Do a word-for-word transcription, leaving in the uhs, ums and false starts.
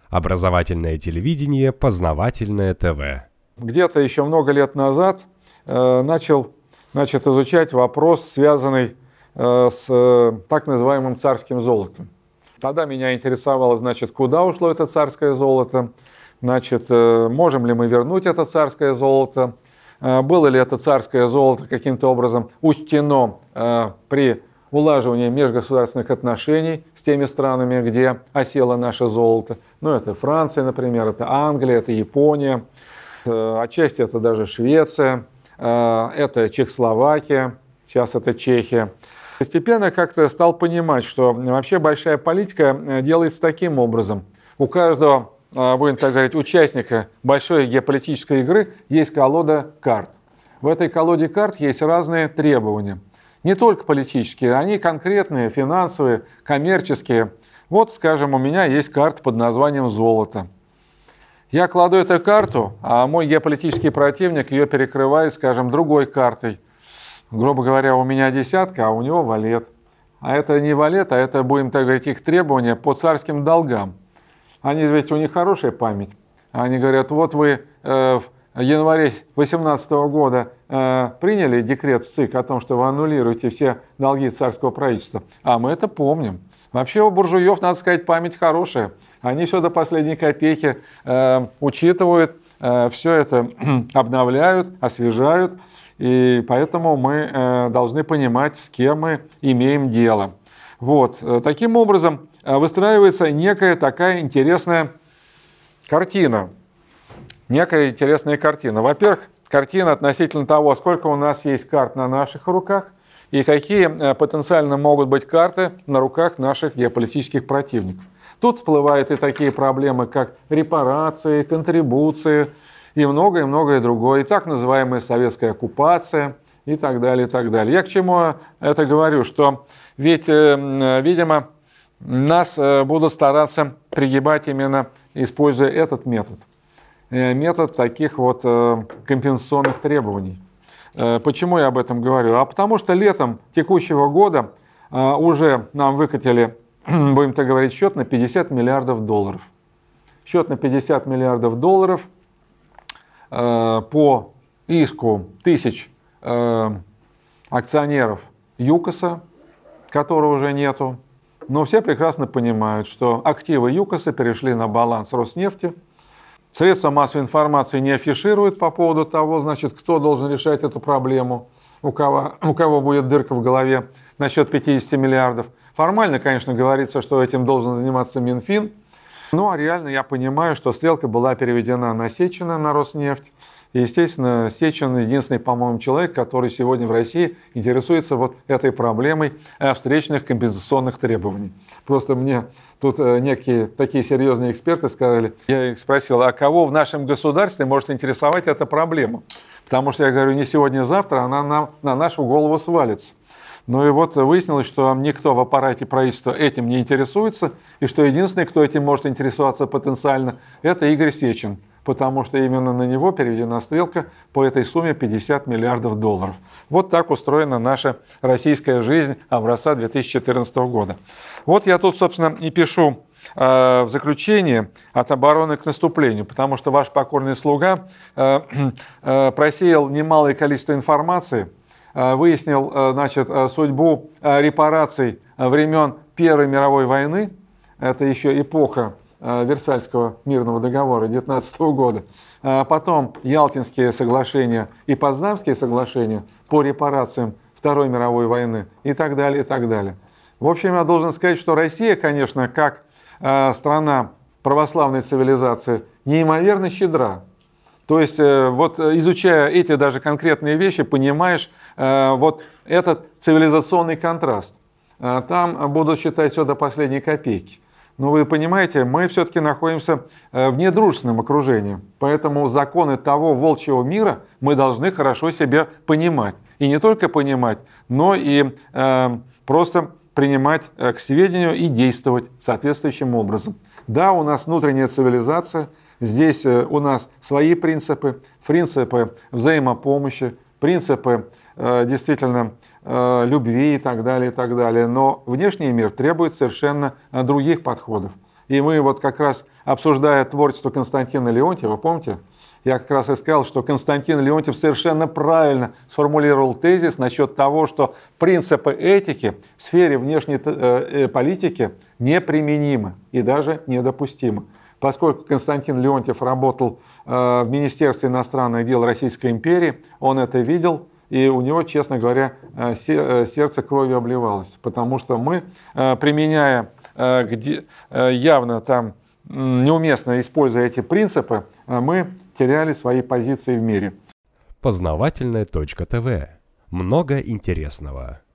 Образовательное телевидение, познавательное ТВ. Где-то еще много лет назад э, начал значит, изучать вопрос, связанный э, с э, так называемым царским золотом. Тогда меня интересовало, значит, куда ушло это царское золото, значит, э, можем ли мы вернуть это царское золото, э, было ли это царское золото каким-то образом учтено э, при улаживании межгосударственных отношений с теми странами, где осело наше золото. Ну, это Франция, например, это Англия, это Япония, это, отчасти это даже Швеция, э, это Чехословакия, сейчас это Чехия. Постепенно как-то стал понимать, что вообще большая политика делается таким образом. У каждого, будем так говорить, участника большой геополитической игры есть колода карт. В этой колоде карт есть разные требования. Не только политические, они конкретные, финансовые, коммерческие. Вот, скажем, у меня есть карта под названием «Золото». Я кладу эту карту, а мой геополитический противник ее перекрывает, скажем, другой картой. Грубо говоря, у меня десятка, а у него валет. А это не валет, а это, будем так говорить, их требования по царским долгам. Они ведь, у них хорошая память. Они говорят, вот вы э, в январе две тысячи восемнадцатого года э, приняли декрет в ЦИК о том, что вы аннулируете все долги царского правительства. А мы это помним. Вообще у буржуев, надо сказать, память хорошая. Они все до последней копейки э, учитывают, э, все это обновляют, освежают. И поэтому мы э, должны понимать, с кем мы имеем дело. Вот. Таким образом выстраивается некая такая интересная картина. Некая интересная картина. Во-первых, картина относительно того, сколько у нас есть карт на наших руках и какие потенциально могут быть карты на руках наших геополитических противников. Тут всплывают и такие проблемы, как репарации, контрибуции, и многое-многое другое, и так называемая советская оккупация, и так далее, и так далее. Я к чему это говорю, что ведь, видимо, нас будут стараться пригибать именно используя этот метод, метод таких вот компенсационных требований. Почему я об этом говорю? А потому что летом текущего года уже нам выкатили, будем так говорить, счет на пятьдесят миллиардов долларов. Счет на пятьдесят миллиардов долларов по иску тысяч э, акционеров ЮКОСа, которого уже нету. Но все прекрасно понимают, что активы ЮКОСа перешли на баланс Роснефти. Средства массовой информации не афишируют по поводу того, значит, кто должен решать эту проблему, у кого, у кого будет дырка в голове насчет пятидесяти миллиардов. Формально, конечно, говорится, что этим должен заниматься Минфин. Ну, а реально я понимаю, что стрелка была переведена на Сечина, на Роснефть. И, естественно, Сечин единственный, по-моему, человек, который сегодня в России интересуется вот этой проблемой встречных компенсационных требований. Просто мне тут некие такие серьезные эксперты сказали, я их спросил, а кого в нашем государстве может интересовать эта проблема? Потому что я говорю, не сегодня-завтра она нам, на нашу голову свалится. Ну и вот выяснилось, что никто в аппарате правительства этим не интересуется, и что единственный, кто этим может интересоваться потенциально, это Игорь Сечин, потому что именно на него переведена стрелка по этой сумме пятьдесят миллиардов долларов. Вот так устроена наша российская жизнь образца две тысячи четырнадцатого года. Вот я тут, собственно, и пишу э, в заключении от обороны к наступлению, потому что ваш покорный слуга э, э, просеял немалое количество информации, выяснил, значит, судьбу репараций времен Первой мировой войны, это еще эпоха Версальского мирного договора девятнадцатого года, потом Ялтинские соглашения и Потсдамские соглашения по репарациям Второй мировой войны и так далее, и так далее. В общем, я должен сказать, что Россия, конечно, как страна православной цивилизации, неимоверно щедра. То есть, вот изучая эти даже конкретные вещи, понимаешь вот этот цивилизационный контраст. Там будут считать все до последней копейки. Но вы понимаете, мы все-таки находимся в недружественном окружении. Поэтому законы того волчьего мира мы должны хорошо себе понимать. И не только понимать, но и э, просто принимать к сведению и действовать соответствующим образом. Да, у нас внутренняя цивилизация. Здесь у нас свои принципы, принципы взаимопомощи, принципы э, действительно э, любви и так далее, и так далее. Но внешний мир требует совершенно других подходов. И мы вот как раз, обсуждая творчество Константина Леонтьева, помните, я как раз и сказал, что Константин Леонтьев совершенно правильно сформулировал тезис насчет того, что принципы этики в сфере внешней э, политики неприменимы и даже недопустимы. Поскольку Константин Леонтьев работал э, в Министерстве иностранных дел Российской империи, он это видел, и у него, честно говоря, э, сердце кровью обливалось. Потому что мы, э, применяя э, где, э, явно там неуместно используя эти принципы, мы теряли свои позиции в мире. Познавательная точка ТВ. Много интересного.